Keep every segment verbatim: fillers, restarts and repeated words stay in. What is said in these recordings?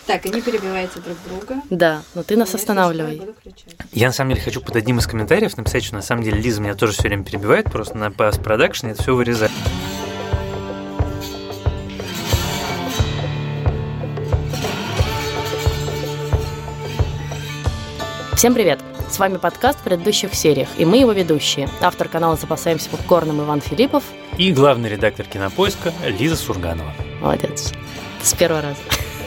Так, и не перебивайте друг друга. Да, но ты нас останавливай. Я на самом деле хочу под одним из комментариев написать, что на самом деле Лиза меня тоже все время перебивает, просто на пост-продакшене это все вырезает. Всем привет! С вами подкаст в предыдущих сериях, и мы его ведущие. Автор канала «Запасаемся попкорном» Иван Филиппов и главный редактор «Кинопоиска» Лиза Сурганова. Молодец. С первого раза.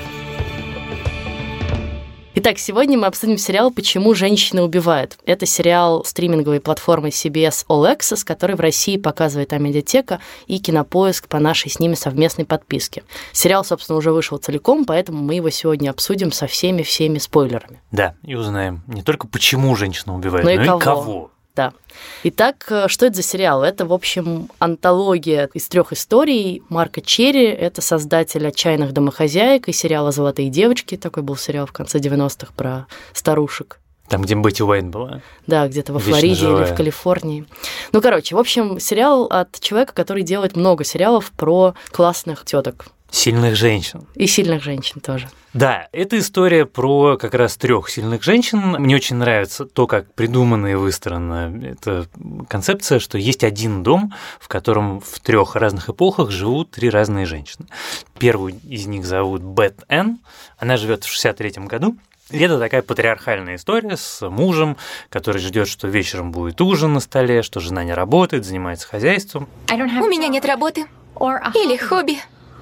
Итак, сегодня мы обсудим сериал «Почему женщины убивают». Это сериал стриминговой платформы си би эс All Access, который в России показывает Амедиатека и Кинопоиск по нашей с ними совместной подписке. Сериал, собственно, уже вышел целиком, поэтому мы его сегодня обсудим со всеми-всеми спойлерами. Да, и узнаем не только, почему женщины убивают, но, но и, и кого. кого. Да. Итак, что это за сериал? Это, в общем, антология из трех историй Марка Черри. Это создатель «Отчаянных домохозяек» и сериала «Золотые девочки». Такой был сериал в конце девяностых про старушек. Там, где Бетти Уэйт была. Да, где-то во Вечно Флориде живая. или в Калифорнии. Ну, короче, в общем, сериал от человека, который делает много сериалов про классных теток. Сильных женщин. И сильных женщин тоже. Да, это история про как раз трех сильных женщин. Мне очень нравится то, как придумана и выстроена эта концепция, что есть один дом, в котором в трех разных эпохах живут три разные женщины. Первую из них зовут Бет Энн, она живет в шестьдесят третьем году. И это такая патриархальная история с мужем, который ждет, что вечером будет ужин на столе, что жена не работает, занимается хозяйством. У меня нет работы или хобби.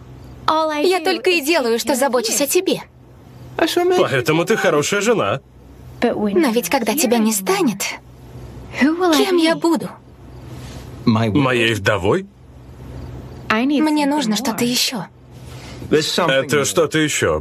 Я только и делаю, что забочусь о тебе. Поэтому ты хорошая жена. Но ведь когда тебя не станет, кем я буду? Моей вдовой? Мне нужно что-то еще. Это что-то еще.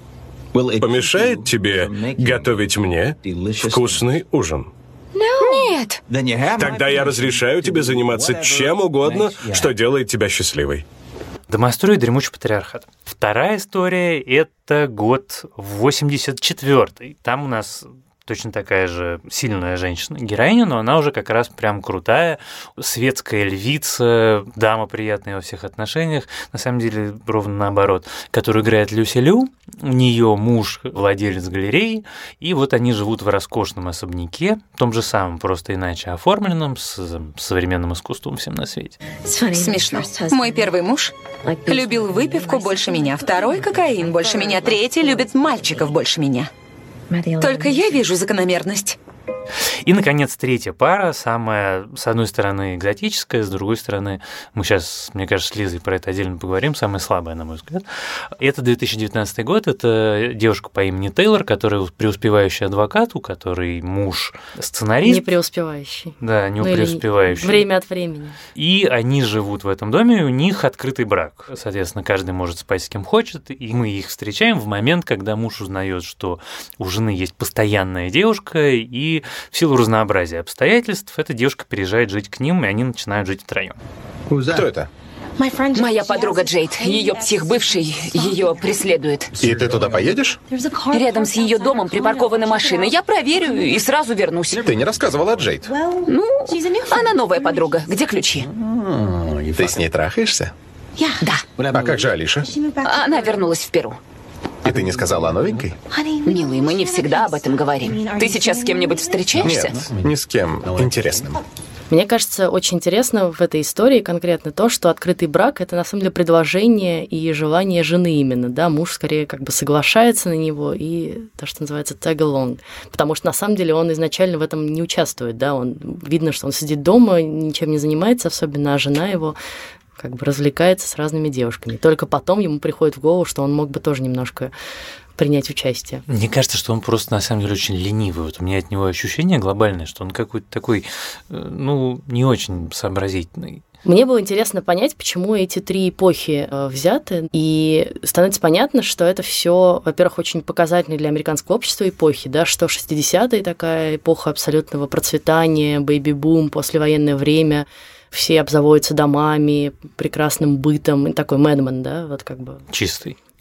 Помешает тебе готовить мне вкусный ужин? Нет. Тогда я разрешаю тебе заниматься чем угодно, что делает тебя счастливой. Домострой и дремучий патриархат. Вторая история – это год восемьдесят четвёртый. Там у нас точно такая же сильная женщина-героиня, но она уже как раз прям крутая, светская львица, дама приятная во всех отношениях, на самом деле ровно наоборот, которую играет Люси Лю. У нее муж владелец галереи, и вот они живут в роскошном особняке, том же самом, просто иначе оформленном, с современным искусством всем на свете. Смешно. Мой первый муж любил выпивку больше меня, второй – кокаин больше меня, третий любит мальчиков больше меня. Только я вижу закономерность. И, наконец, третья пара, самая, с одной стороны, экзотическая, с другой стороны, мы сейчас, мне кажется, с Лизой про это отдельно поговорим, самая слабая, на мой взгляд. Это две тысячи девятнадцатый год, это девушка по имени Тейлор, которая преуспевающий адвокат, у которой муж сценарист. Не преуспевающий. Да, не ну, преуспевающий. Время от времени. И они живут в этом доме, и у них открытый брак. Соответственно, каждый может спать с кем хочет, и мы их встречаем в момент, когда муж узнает, что у жены есть постоянная девушка, и в силу разнообразия обстоятельств эта девушка переезжает жить к ним, и они начинают жить втроем. Кто это? Моя подруга Джейд, ее псих-бывший, ее преследует. И ты туда поедешь? Рядом с ее домом припаркованы машины. Я проверю и сразу вернусь. Ты не рассказывала о Джейд. Ну, она новая подруга. Где ключи? Ты с ней трахаешься? Да. А как же Алиша? Она вернулась в Перу. И ты не сказала о новенькой? Милый, мы не всегда об этом говорим. Ты сейчас с кем-нибудь встречаешься? Нет, ни с кем интересным. Мне кажется, очень интересно в этой истории конкретно то, что открытый брак – это, на самом деле, предложение и желание жены именно, да, муж скорее как бы соглашается на него и то, что называется tag along, потому что, на самом деле, он изначально в этом не участвует, да, он, видно, что он сидит дома, ничем не занимается особенно, а жена его как бы развлекается с разными девушками. Только потом ему приходит в голову, что он мог бы тоже немножко принять участие. Мне кажется, что он просто на самом деле очень ленивый. Вот у меня от него ощущение глобальное, что он какой-то такой, ну, не очень сообразительный. Мне было интересно понять, почему эти три эпохи взяты, и становится понятно, что это все, во-первых, очень показательные для американского общества эпохи, да, что шестидесятые такая эпоха абсолютного процветания, бэйби-бум, послевоенное время, все обзаводятся домами, прекрасным бытом, и такой Мэдмен, да, вот как бы. Чистый.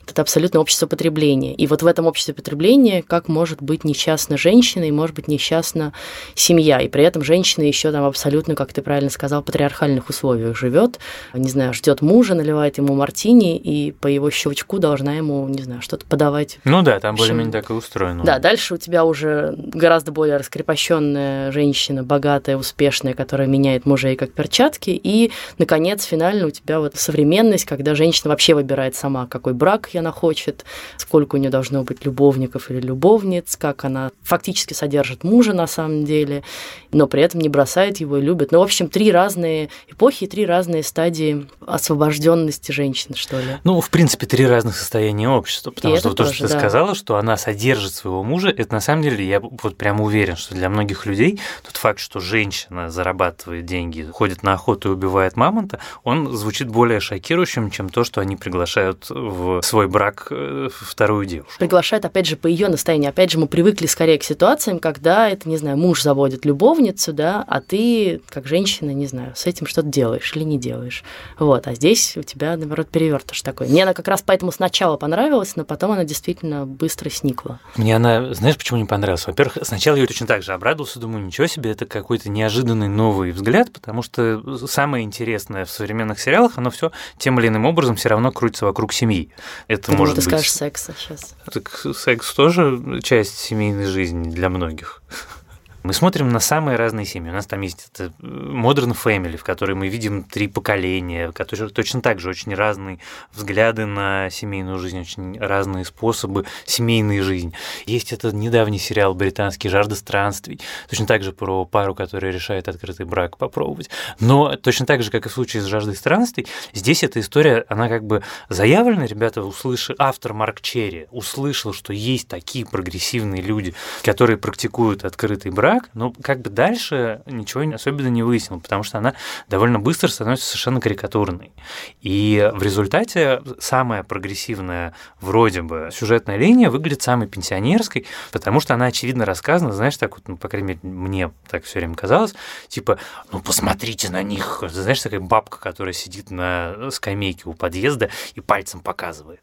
Это абсолютно общество потребления. И вот в этом обществе потребления как может быть несчастна женщина и может быть несчастна семья. И при этом женщина еще там абсолютно, как ты правильно сказал, в патриархальных условиях живет, не знаю, ждет мужа, наливает ему мартини, и по его щелчку должна ему, не знаю, что-то подавать. Ну да, там более-менее так и устроено. Да, дальше у тебя уже гораздо более раскрепощенная женщина, богатая, успешная, которая меняет мужей как перчатки. И, наконец, финально у тебя вот современность, когда женщина вообще выбирает сама, какой брак она хочет, сколько у нее должно быть любовников или любовниц, как она фактически содержит мужа на самом деле, но при этом не бросает его и любит. Ну, в общем, три разные эпохи, три разные стадии освобожденности женщин, что ли. Ну, в принципе, три разных состояния общества, потому и что вот тоже, то, что ты да. сказала, что она содержит своего мужа, это на самом деле, я вот прям уверен, что для многих людей тот факт, что женщина зарабатывает деньги, ходит на охоту и убивает мамонта, он звучит более шокирующим, чем то, что они приглашают в свой брак вторую девушку. Приглашают, опять же, по ее настоянию. Опять же, мы привыкли скорее к ситуациям, когда это, не знаю, муж заводит любовницу, да, а ты, как женщина, не знаю, с этим что-то делаешь или не делаешь. Вот, а здесь у тебя, наоборот, перевертыш такой. Мне она как раз поэтому сначала понравилась, но потом она действительно быстро сникла. Мне она, знаешь, почему не понравилась? Во-первых, сначала я точно так же обрадовался, думаю, ничего себе, это какой-то неожиданный новый взгляд, потому что самое интересное в современных сериалах, оно все тем или иным образом все равно крутится вокруг семьи. Это Ты, может ты быть... скажешь секса сейчас. Так секс тоже часть семейной жизни для многих. Мы смотрим на самые разные семьи. У нас там есть это Modern Family, в которой мы видим три поколения, которые точно так же очень разные взгляды на семейную жизнь, очень разные способы семейной жизни. Есть этот недавний сериал британский «Жажда странствий», точно так же про пару, которая решает открытый брак попробовать. Но точно так же, как и в случае с «Жаждой странствий», здесь эта история, она как бы заявлена, ребята, услышали, автор Марк Черри услышал, что есть такие прогрессивные люди, которые практикуют открытый брак, но как бы дальше ничего особенно не выяснил, потому что она довольно быстро становится совершенно карикатурной. И в результате самая прогрессивная вроде бы сюжетная линия выглядит самой пенсионерской, потому что она очевидно рассказана, знаешь, так вот, ну, по крайней мере, мне так все время казалось, типа, ну, посмотрите на них, знаешь, такая бабка, которая сидит на скамейке у подъезда и пальцем показывает.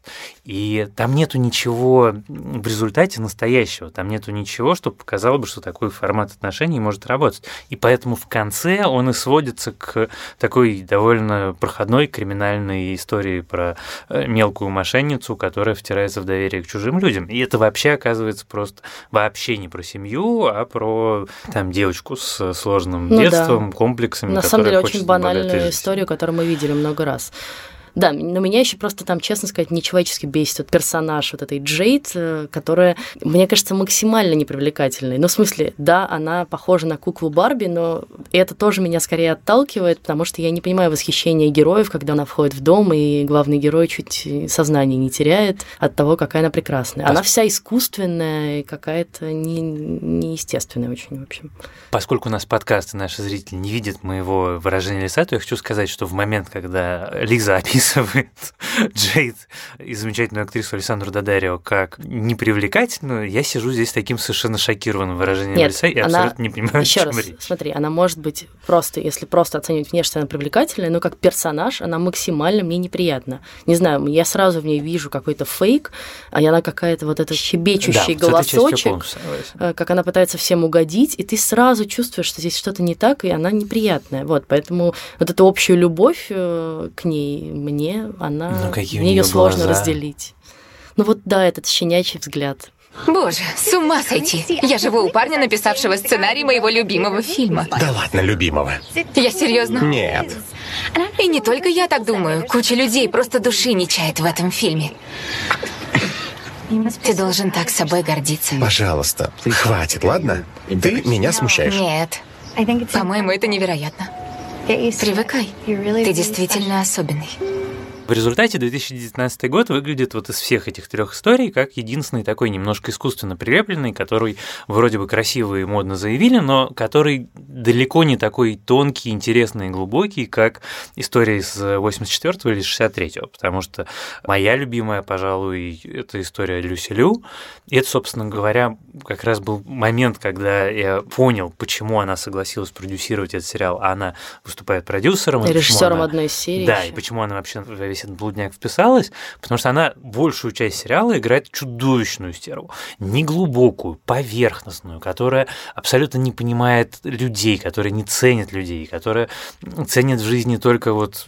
И там нету ничего в результате настоящего, там нету ничего, что показало бы, что такой формат отношений может работать. И поэтому в конце он и сводится к такой довольно проходной криминальной истории про мелкую мошенницу, которая втирается в доверие к чужим людям. И это вообще оказывается просто вообще не про семью, а про там девочку с сложным ну детством, да. комплексами. На самом деле очень банальная история, которую мы видели много раз. Да, но меня еще просто там, честно сказать, нечеловечески бесит вот персонаж вот этой Джейд, которая, мне кажется, максимально непривлекательной. Ну, в смысле, да, она похожа на куклу Барби, но это тоже меня скорее отталкивает, потому что я не понимаю восхищения героев, когда она входит в дом, и главный герой чуть сознание не теряет от того, какая она прекрасная. Она вся искусственная и какая-то не, неестественная очень, в общем. Поскольку у нас подкаст, и наши зрители не видят моего выражения лица, то я хочу сказать, что в момент, когда Лиза описывает Джейд и замечательную актрису Александру Дадарио как непривлекательную, я сижу здесь с таким совершенно шокированным выражением Нет, лица и она... абсолютно не понимаю, Еще о чем раз, речь. Смотри, она может быть просто, если просто оценивать внешне, она привлекательная, но как персонаж она максимально мне неприятна. Не знаю, я сразу в ней вижу какой-то фейк, а она какая-то вот этот щебечущий да, голосочек, как она пытается всем угодить, и ты сразу чувствуешь, что здесь что-то не так, и она неприятная. Вот, поэтому вот эту общую любовь к ней мне она, ну, мне ее сложно глаза. разделить. Ну вот да, этот щенячий взгляд. Боже, с ума сойти. Я живу у парня, написавшего сценарий моего любимого фильма. Да ладно, любимого. Я серьезно? Нет. И не только я так думаю. Куча людей просто души не чает в этом фильме. Ты должен так собой гордиться. Пожалуйста, хватит, ладно? Ты меня смущаешь. Нет. По-моему, это невероятно. Привыкай. Ты действительно особенный. В результате две тысячи девятнадцатый год выглядит вот из всех этих трех историй как единственный такой немножко искусственно прилепленный, который вроде бы красиво и модно заявили, но который далеко не такой тонкий, интересный и глубокий, как история из восемьдесят четвёртого или шестьдесят третьего, потому что моя любимая, пожалуй, это история Люси Лю. И это, собственно говоря, как раз был момент, когда я понял, почему она согласилась продюсировать этот сериал, а она выступает продюсером. Режиссером одной из серий. Да, еще. И почему она вообще во весь весь этот блудняк вписалась, потому что она большую часть сериала играет чудовищную стерву, неглубокую, поверхностную, которая абсолютно не понимает людей, которая не ценит людей, которая ценит в жизни только вот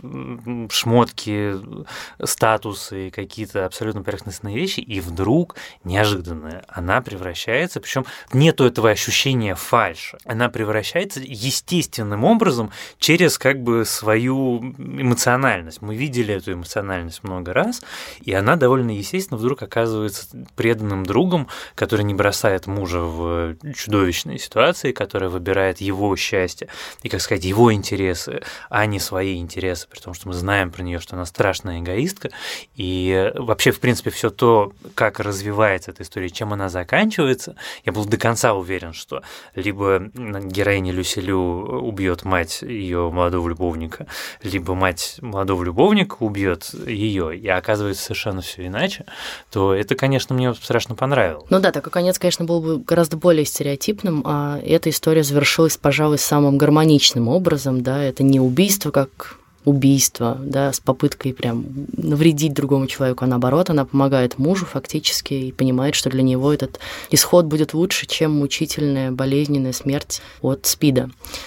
шмотки, статусы, какие-то абсолютно поверхностные вещи, и вдруг, неожиданно, она превращается, причем нету этого ощущения фальши, она превращается естественным образом через как бы свою эмоциональность. Мы видели эту эмоциональность много раз, и она довольно естественно вдруг оказывается преданным другом, который не бросает мужа в чудовищные ситуации, который выбирает его счастье и, как сказать, его интересы, а не свои интересы, при том, что мы знаем про нее, что она страшная эгоистка. И вообще, в принципе, все то, как развивается эта история, чем она заканчивается, я был до конца уверен, что либо героиня Люси Лю убьет мать ее молодого любовника, либо мать молодого любовника убьет ее, и оказывается совершенно все иначе, то это, конечно, мне страшно понравилось. Ну да, такой конец, конечно, был бы гораздо более стереотипным, а эта история завершилась, пожалуй, самым гармоничным образом, да, это не убийство как убийство, да, с попыткой прям навредить другому человеку, а наоборот, она помогает мужу фактически и понимает, что для него этот исход будет лучше, чем мучительная, болезненная смерть от СПИДа.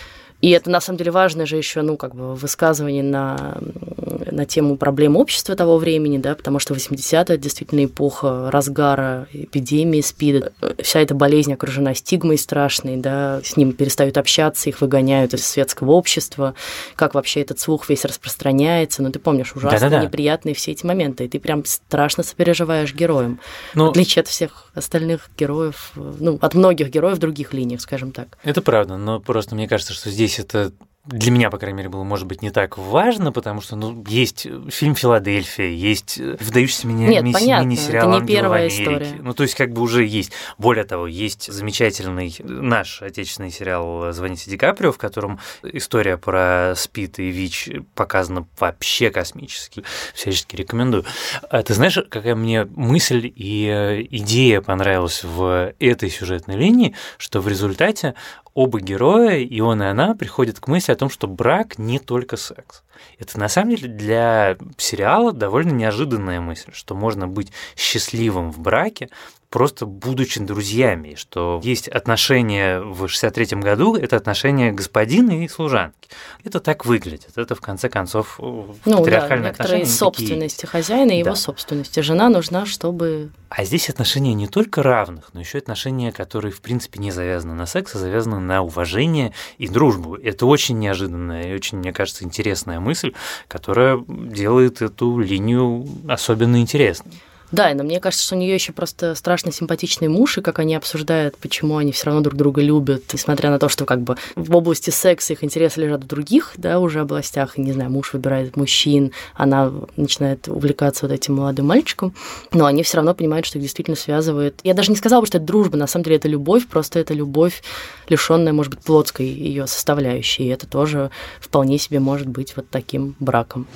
И это, на самом деле, важное же еще, ну, как бы высказывание на, на тему проблем общества того времени, да, потому что восьмидесятые – это действительно эпоха разгара эпидемии СПИДа. Вся эта болезнь окружена стигмой страшной, да, с ним перестают общаться, их выгоняют из светского общества, как вообще этот слух весь распространяется. Ну, ты помнишь, ужасно Да-да-да. неприятные все эти моменты, и ты прям страшно сопереживаешь героям, Ну, в отличие от всех остальных героев, ну, от многих героев в других линиях, скажем так. это правда, но просто мне кажется, что здесь это для меня, по крайней мере, было, может быть, не так важно, потому что, ну, есть фильм «Филадельфия», есть выдающийся мини- Нет, ми- понятно, мини-сериал это не «Ангелы в первая Америке». история. Ну, то есть, как бы уже есть. Более того, есть замечательный наш отечественный сериал «Звоните Ди Каприо», в котором история про СПИД и ВИЧ показана вообще космически. Всячески рекомендую. А ты знаешь, какая мне мысль и идея понравилась в этой сюжетной линии, что в результате оба героя, и он, и она, приходят к мысли о том, что брак не только секс. Это, на самом деле, для сериала довольно неожиданная мысль, что можно быть счастливым в браке, просто будучи друзьями, что есть отношения в шестьдесят третьем году, это отношения господина и служанки. Это так выглядит, это, в конце концов, Ну патриархальные да, отношения. некоторые собственности хозяина и его Да. собственности. Жена нужна, чтобы... А здесь отношения не только равных, но еще отношения, которые, в принципе, не завязаны на секс, а завязаны на уважение и дружбу. Это очень неожиданная и очень, мне кажется, интересная мысль, которая делает эту линию особенно интересной. Да, но мне кажется, что у нее еще просто страшно симпатичный муж, и как они обсуждают, почему они все равно друг друга любят, несмотря на то, что как бы в области секса их интересы лежат в других, да, уже областях, и, не знаю, муж выбирает мужчин, она начинает увлекаться вот этим молодым мальчиком, но они все равно понимают, что их действительно связывает. Я даже не сказала бы, что это дружба, на самом деле это любовь, просто это любовь, лишенная, может быть, плотской ее составляющей, и это тоже вполне себе может быть вот таким браком.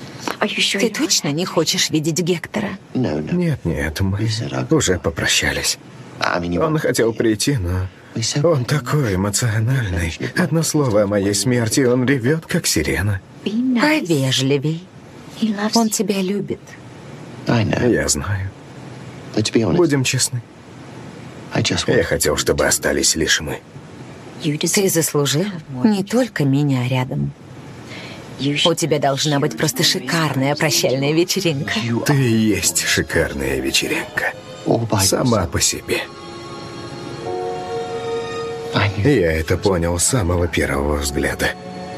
Ты точно не хочешь видеть Гектора? Нет, нет, мы уже попрощались. Он хотел прийти, но он такой эмоциональный. Одно слово о моей смерти, он ревет, как сирена. Повежливей. Он тебя любит. Я знаю. Будем честны. Я хотел, чтобы остались лишь мы. Ты заслужил не только меня рядом. У тебя должна быть просто шикарная прощальная вечеринка. Ты и есть шикарная вечеринка. Сама по себе. Я это понял с самого первого взгляда.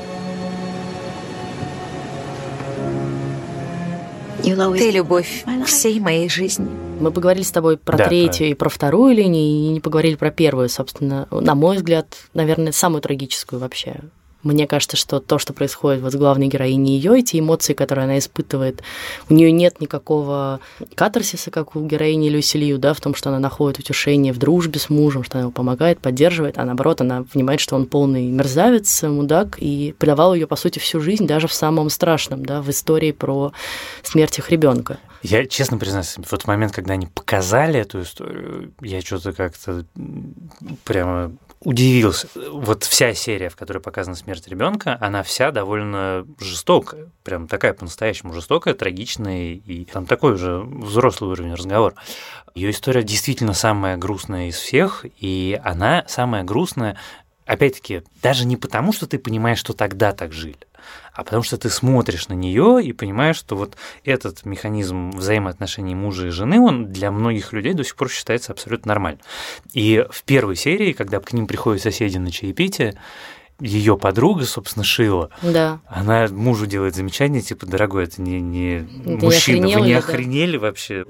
Ты любовь всей моей жизни. Мы поговорили с тобой про Да, третью правильно. и про вторую линию, и не поговорили про первую, собственно, на мой взгляд, наверное, самую трагическую вообще. Мне кажется, что то, что происходит вот с главной героиней ее, эти эмоции, которые она испытывает, у нее нет никакого катарсиса, как у героини Люси Лью, да, в том, что она находит утешение в дружбе с мужем, что она его помогает, поддерживает, а наоборот, она понимает, что он полный мерзавец, мудак, и предавал ее, по сути, всю жизнь, даже в самом страшном, да, в истории про смерть их ребенка. Я, честно признаюсь, в тот момент, когда они показали эту историю, я что-то как-то прямо удивился. Вот вся серия, в которой показана смерть ребенка, она вся довольно жестокая. Прям такая по-настоящему жестокая, трагичная, и там такой уже взрослый уровень разговора. Ее история действительно самая грустная из всех, и она самая грустная, опять-таки, даже не потому, что ты понимаешь, что тогда так жили, а потому что ты смотришь на нее и понимаешь, что вот этот механизм взаимоотношений мужа и жены, он для многих людей до сих пор считается абсолютно нормальным. И в первой серии, когда к ним приходят соседи на чаепитие, ее подруга, собственно, Шила, да. Она мужу делает замечание, типа, дорогой, это не, не Ты мужчина, не вы не да? охренели вообще?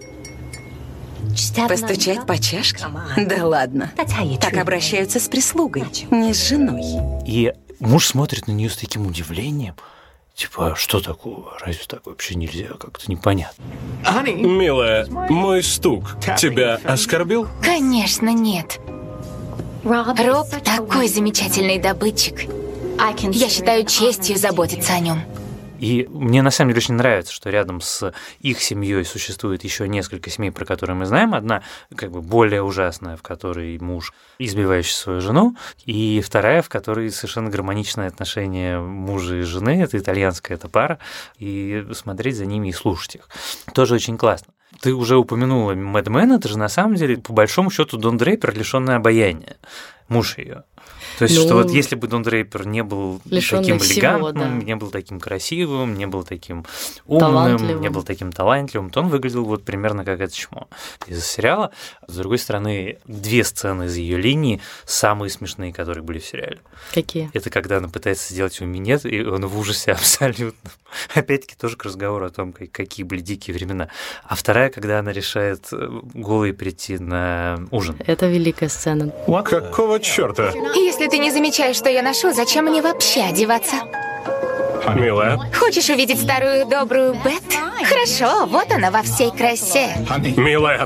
Постучать по чашкам? Да ладно. Так обращаются с прислугой, не с женой. И муж смотрит на нее с таким удивлением. Типа, что такого? Разве так вообще нельзя? Как-то непонятно. Милая, мой стук тебя оскорбил? Конечно, нет. Роб такой замечательный добытчик. Я считаю честью заботиться о нем. И мне на самом деле очень нравится, что рядом с их семьей существует еще несколько семей, про которые мы знаем. Одна как бы более ужасная, в которой муж, избивающий свою жену, и вторая, в которой совершенно гармоничное отношение мужа и жены. Это итальянская эта пара, и смотреть за ними и слушать их. Тоже очень классно. Ты уже упомянула Мэд Мэн, это же на самом деле, по большому счету, Дон Дрейпер, лишённый обаяния, муж ее. То есть, ну, что вот если бы Дон Дрейпер не был таким элегантным, да. не был таким красивым, не был таким умным, не был таким талантливым, то он выглядел вот примерно как это чмо из сериала. С другой стороны, две сцены из ее линии самые смешные, которые были в сериале. Какие? Это когда она пытается сделать ему минет, и он в ужасе абсолютно. Опять-таки тоже к разговору о том, какие были дикие времена. А вторая, когда она решает голой прийти на ужин. Это великая сцена. Какого черта? Если ты не замечаешь, что я ношу, зачем мне вообще одеваться? Милая. Хочешь увидеть старую добрую Бет? Хорошо, вот она во всей красе. Милая.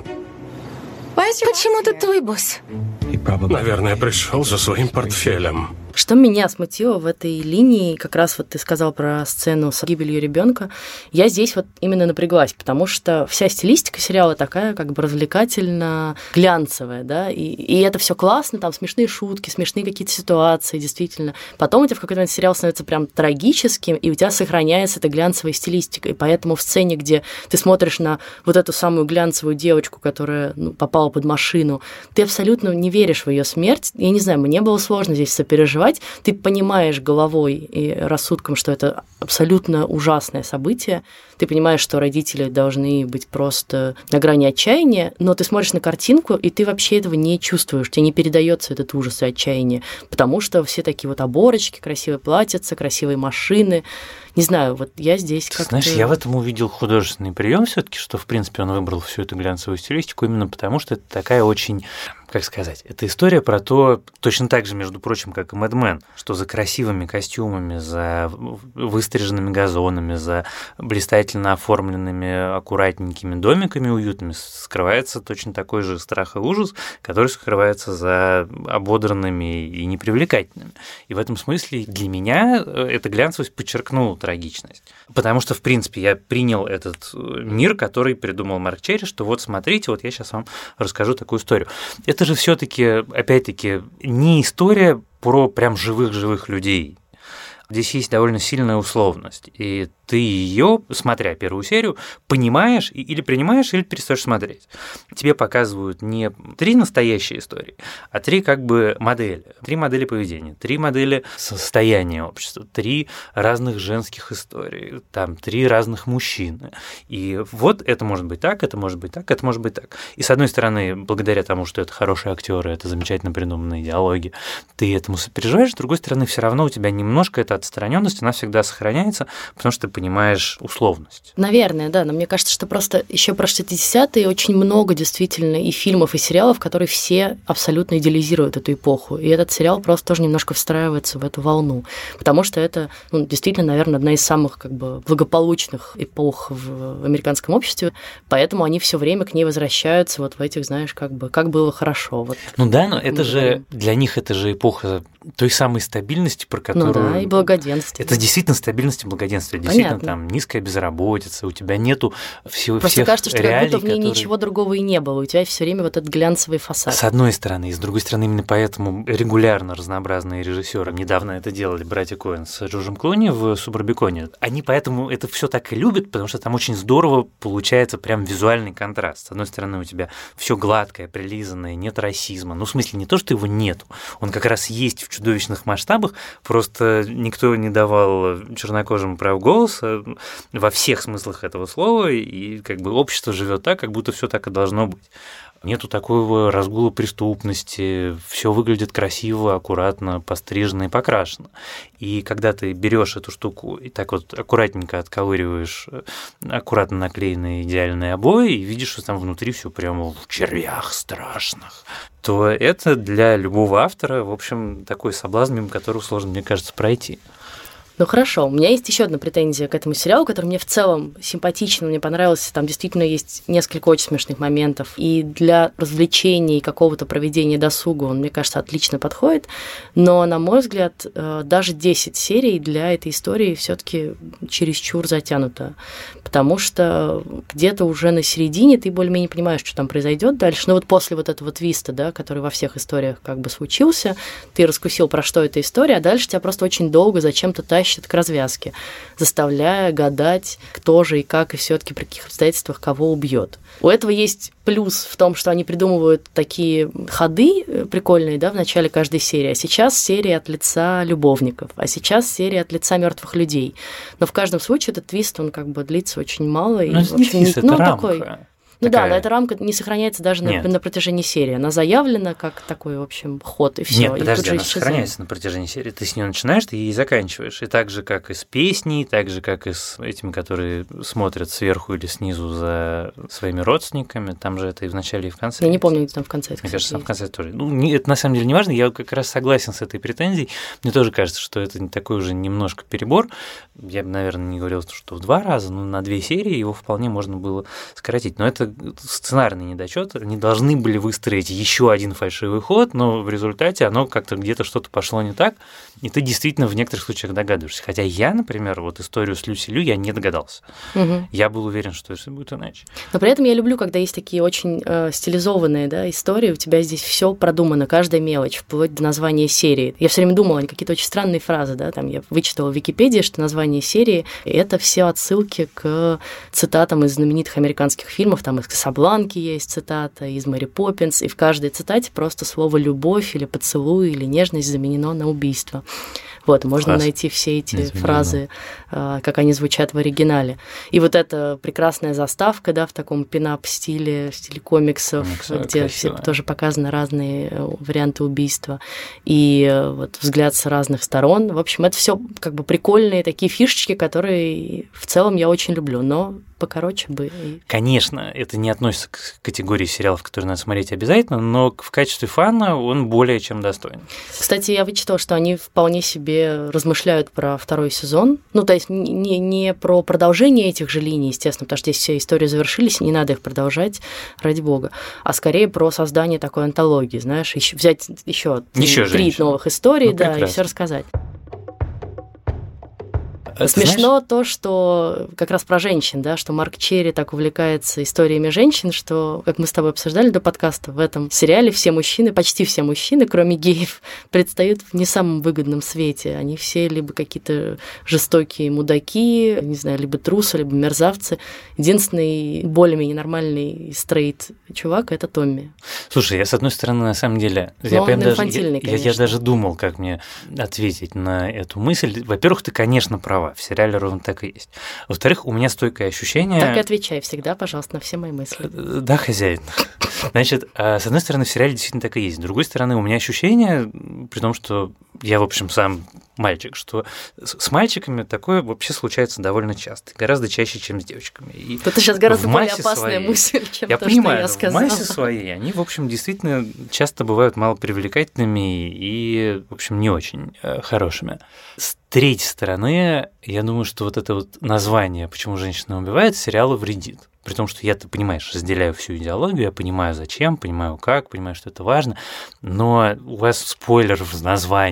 Почему тут твой босс? Наверное, пришел за своим портфелем. Что меня смутило в этой линии, как раз вот ты сказал про сцену с гибелью ребенка, я здесь вот именно напряглась, потому что вся стилистика сериала такая как бы развлекательно глянцевая, да, и, и это все классно, там смешные шутки, смешные какие-то ситуации, действительно. Потом у тебя в какой-то момент сериал становится прям трагическим, и у тебя сохраняется эта глянцевая стилистика, и поэтому в сцене, где ты смотришь на вот эту самую глянцевую девочку, которая ну, попала под машину, ты абсолютно не веришь в ее смерть. Я не знаю, мне было сложно здесь сопереживать. Ты понимаешь головой и рассудком, что это абсолютно ужасное событие. Ты понимаешь, что родители должны быть просто на грани отчаяния, но ты смотришь на картинку, и ты вообще этого не чувствуешь. Тебе не передается этот ужас и отчаяние, потому что все такие вот оборочки, красивые платьица, красивые машины. Не знаю, вот я здесь как-то... Знаешь, я в этом увидел художественный прием все-таки, что, в принципе, он выбрал всю эту глянцевую стилистику именно потому, что это такая очень, как сказать, это история про то, точно так же, между прочим, как и Мэд Мэн, что за красивыми костюмами, за выстриженными газонами, за блистательно оформленными аккуратненькими домиками уютными скрывается точно такой же страх и ужас, который скрывается за ободранными и непривлекательными. И в этом смысле для меня эта глянцевость подчеркнула трагичность. Потому что, в принципе, я принял этот мир, который придумал Марк Черри, что вот смотрите, вот я сейчас вам расскажу такую историю. Это же все-таки, опять-таки, не история про прям живых-живых людей. Здесь есть довольно сильная условность, и ты ее, смотря первую серию, понимаешь или принимаешь, или перестаешь смотреть. Тебе показывают не три настоящие истории, а три как бы модели. Три модели поведения, три модели состояния общества, три разных женских истории, там три разных мужчины. И вот это может быть так, это может быть так, это может быть так. И с одной стороны, благодаря тому, что это хорошие актеры, это замечательно придуманные диалоги, ты этому сопереживаешь, с другой стороны, все равно у тебя немножко эта отстраненность, она всегда сохраняется, потому что ты понимаешь условность. Наверное, да, но мне кажется, что просто еще про шестидесятые очень много действительно и фильмов, и сериалов, которые все абсолютно идеализируют эту эпоху. И этот сериал просто тоже немножко встраивается в эту волну, потому что это ну, действительно, наверное, одна из самых как бы благополучных эпох в американском обществе, поэтому они все время к ней возвращаются вот в этих, знаешь, как бы как было хорошо. Вот. Ну да, но это же для них это же эпоха той самой стабильности, про которую... Ну да, и благоденствия. Это действительно стабильность и благоденствие. Действительно, действительно там низкая безработица, у тебя нету всего, Просто всех кажется, что реалий, как будто в ней которые... ничего другого и не было. У тебя все время вот этот глянцевый фасад. С одной стороны, и с другой стороны, именно поэтому регулярно разнообразные режиссеры недавно это делали, братья Коэн с Джорджем Клуни в «Субарбиконе». Они поэтому это все так и любят, потому что там очень здорово получается прям визуальный контраст. С одной стороны, у тебя все гладкое, прилизанное, нет расизма. Ну, в смысле, не то, что его нету, он как раз есть в чудовищных масштабах, просто никто не давал чернокожим прав голоса во всех смыслах этого слова, и как бы общество живет так, как будто все так и должно быть. Нету такого разгула преступности, все выглядит красиво, аккуратно, пострижено и покрашено. И когда ты берешь эту штуку и так вот аккуратненько отковыриваешь аккуратно наклеенные идеальные обои и видишь, что там внутри все прямо в червях страшных, то это для любого автора, в общем, такой соблазн, мимо которого сложно, мне кажется, пройти. Ну хорошо, у меня есть еще одна претензия к этому сериалу, который мне в целом симпатичен, мне понравился. Там действительно есть несколько очень смешных моментов. И для развлечения и какого-то проведения досуга он, мне кажется, отлично подходит. Но, на мой взгляд, даже десять серий для этой истории все-таки чересчур затянуто. Потому что где-то уже на середине ты более-менее понимаешь, что там произойдет дальше. Но вот после вот этого твиста, да, который во всех историях как бы случился, ты раскусил, про что эта история, а дальше тебя просто очень долго зачем-то тащит к развязке, заставляя гадать, кто же и как, и все-таки при каких обстоятельствах кого убьет. У этого есть плюс в том, что они придумывают такие ходы прикольные, да, в начале каждой серии. А сейчас серия от лица любовников, а сейчас серия от лица мертвых людей. Но в каждом случае этот твист, он как бы длится очень мало. Ну, и, это не твист, это ну, рамка. Такой... Ну такая... да, но эта рамка не сохраняется даже на, на протяжении серии. Она заявлена как такой, в общем, ход, и все. Нет, подожди, она сохраняется на протяжении серии. Ты с нее начинаешь, ты ей заканчиваешь. И так же, как и с песней, так же, как и с этими, которые смотрят сверху или снизу за своими родственниками. Там же это и в начале, и в конце. Я не помню, где там в конце. Мне кажется, там в конце тоже. Ну, это на самом деле не важно. Я как раз согласен с этой претензией. Мне тоже кажется, что это такой уже немножко перебор. Я бы, наверное, не говорил, что в два раза, но на две серии его вполне можно было сократить. Но это сценарий недочет, они должны были выстроить еще один фальшивый ход, но в результате оно как-то где-то что-то пошло не так, и ты действительно в некоторых случаях догадываешься. Хотя я, например, вот историю с Люси Лью я не догадался. Угу. Я был уверен, что это будет иначе. Но при этом я люблю, когда есть такие очень э, стилизованные, да, истории, у тебя здесь все продумано, каждая мелочь, вплоть до названия серии. Я все время думала, они какие-то очень странные фразы, да, там я вычитала в Википедии, что название серии — это все отсылки к цитатам из знаменитых американских фильмов, там из «Касабланки» есть цитата, из «Мэри Поппинс», и в каждой цитате просто слово «любовь» или «поцелуй» или «нежность» заменено на «убийство». Вот, можно Класс. Найти все эти Изменено. Фразы, как они звучат в оригинале. И вот эта прекрасная заставка, да, в таком пинап-стиле, в стиле комиксов, Комиксы, где все тоже показаны разные варианты убийства, и вот взгляд с разных сторон. В общем, это все как бы прикольные такие фишечки, которые в целом я очень люблю, но покороче бы. Конечно, это не относится к категории сериалов, которые надо смотреть обязательно, но в качестве фана он более чем достоин. Кстати, я вычитала, что они вполне себе размышляют про второй сезон. Ну, то есть не, не про продолжение этих же линий, естественно, потому что здесь все истории завершились, и не надо их продолжать, ради бога, а скорее про создание такой антологии, знаешь, еще, взять еще, еще три женщин. Новых историй, ну, да, прекрасно. И все рассказать. Ты Смешно знаешь? То, что как раз про женщин, да, что Марк Черри так увлекается историями женщин, что, как мы с тобой обсуждали до подкаста, в этом сериале все мужчины, почти все мужчины, кроме геев, предстают в не самом выгодном свете. Они все либо какие-то жестокие мудаки, не знаю, либо трусы, либо мерзавцы. Единственный более-менее нормальный стрейт чувак — это Томми. Слушай, я, с одной стороны, на самом деле... Я, он даже, инфантильный, я, я, я даже думал, как мне ответить на эту мысль. Во-первых, ты, конечно, права. В сериале ровно так и есть. Во-вторых, у меня стойкое ощущение... Так и отвечай всегда, пожалуйста, на все мои мысли. Да, хозяин. Значит, с одной стороны, в сериале действительно так и есть. С другой стороны, у меня ощущение, при том, что я, в общем, сам мальчик, что с мальчиками такое вообще случается довольно часто, гораздо чаще, чем с девочками. И это сейчас гораздо более опасная своей, мысль, чем я то, понимаю, что я сказала. В массе своей они, в общем, действительно часто бывают малопривлекательными и, в общем, не очень хорошими. С третьей стороны, я думаю, что вот это вот название «Почему женщина убивает» сериалу вредит. При том, что я, ты понимаешь, разделяю всю идеологию, я понимаю, зачем, понимаю, как, понимаю, что это важно, но у вас спойлер в названии.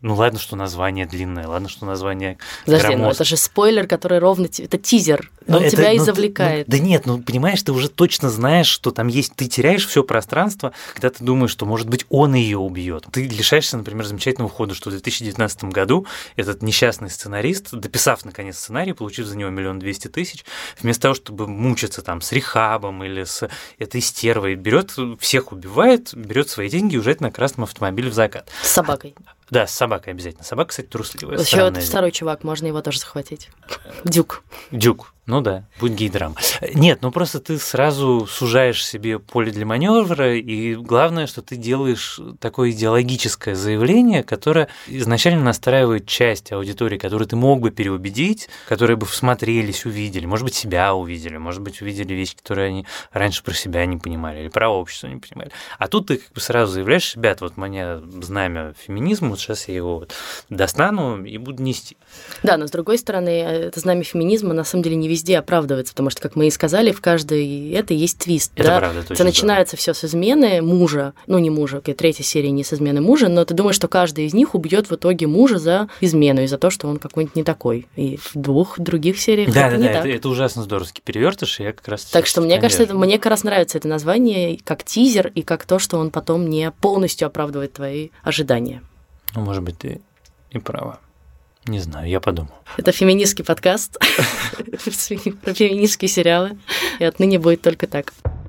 Ну ладно, что название длинное, ладно, что название Подожди, громоздкое. ну это же спойлер, который ровно... Это тизер, Но он это, тебя и ну, завлекает. Ну, да нет, ну понимаешь, ты уже точно знаешь, что там есть... Ты теряешь все пространство, когда ты думаешь, что, может быть, он ее убьет. Ты лишаешься, например, замечательного хода, что в две тысячи девятнадцатом году этот несчастный сценарист, дописав, наконец, сценарий, получив за него миллион двести тысяч, вместо того, чтобы мучиться там с рехабом или с этой стервой, берет, всех убивает, берет свои деньги и уезжает на красном автомобиле в закат. С собакой. Да, с собакой обязательно. Собака, кстати, трусливая. Еще это второй чувак, можно его тоже захватить. Дюк. Дюк. Ну да, будет гей-драма. Нет, ну просто ты сразу сужаешь себе поле для маневра, и главное, что ты делаешь такое идеологическое заявление, которое изначально настраивает часть аудитории, которую ты мог бы переубедить, которые бы всмотрелись, увидели, может быть, себя увидели, может быть, увидели вещи, которые они раньше про себя не понимали или про общество не понимали. А тут ты как бы сразу заявляешь, ребят, вот у меня знамя феминизма, вот сейчас я его вот достану и буду нести. Да, но с другой стороны, это знамя феминизма на самом деле не везде оправдывается, потому что, как мы и сказали, в каждой это есть твист. Это да? правда, это Это начинается все с измены мужа, ну не мужа, окей, третья серия не с измены мужа, но ты думаешь, что каждый из них убьет в итоге мужа за измену и за то, что он какой-нибудь не такой. И в двух других сериях да, это да, не да, так. это, это ужасно здоровский перевертыш, и я как раз... Так что мне кажется, это, мне как раз нравится это название как тизер и как то, что он потом не полностью оправдывает твои ожидания. Ну, может быть, ты и права. Не знаю, я подумал. Это феминистский подкаст про феминистские сериалы, и отныне будет только так.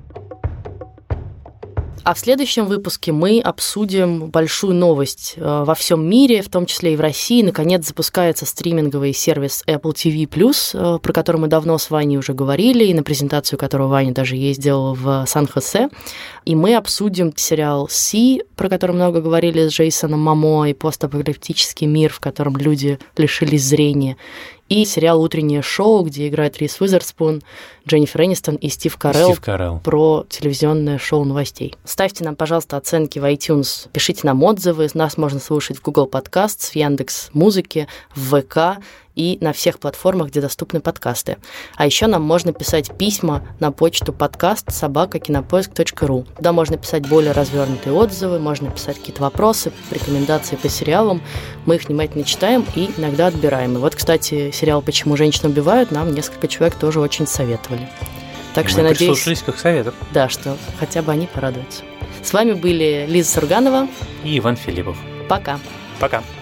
А в следующем выпуске мы обсудим большую новость во всем мире, в том числе и в России. Наконец запускается стриминговый сервис Apple ти ви плюс, про который мы давно с Ваней уже говорили, и на презентацию которого Ваня даже ездил в Сан-Хосе. И мы обсудим сериал «Си», про который много говорили с Джейсоном Момо, и постапокалиптический мир, в котором люди лишились зрения. И сериал «Утреннее шоу», где играет Риз Уизерспун, Дженнифер Энистон и Стив Карелл, Стив Карелл про телевизионное шоу новостей. Ставьте нам, пожалуйста, оценки в iTunes, пишите нам отзывы. Нас можно слушать в Google Podcasts, в Яндекс.Музыке, в ВК и на всех платформах, где доступны подкасты. А еще нам можно писать письма на почту подкаст собака кинопоиск точка ру. Туда можно писать более развернутые отзывы, можно писать какие-то вопросы, рекомендации по сериалам. Мы их внимательно читаем и иногда отбираем. И вот, кстати, сериал «Почему женщины убивают» нам несколько человек тоже очень советовали. Так Мы что я надеюсь... прислушались к их советам. Да, что хотя бы они порадуются. С вами были Лиза Сурганова и Иван Филиппов. Пока. Пока.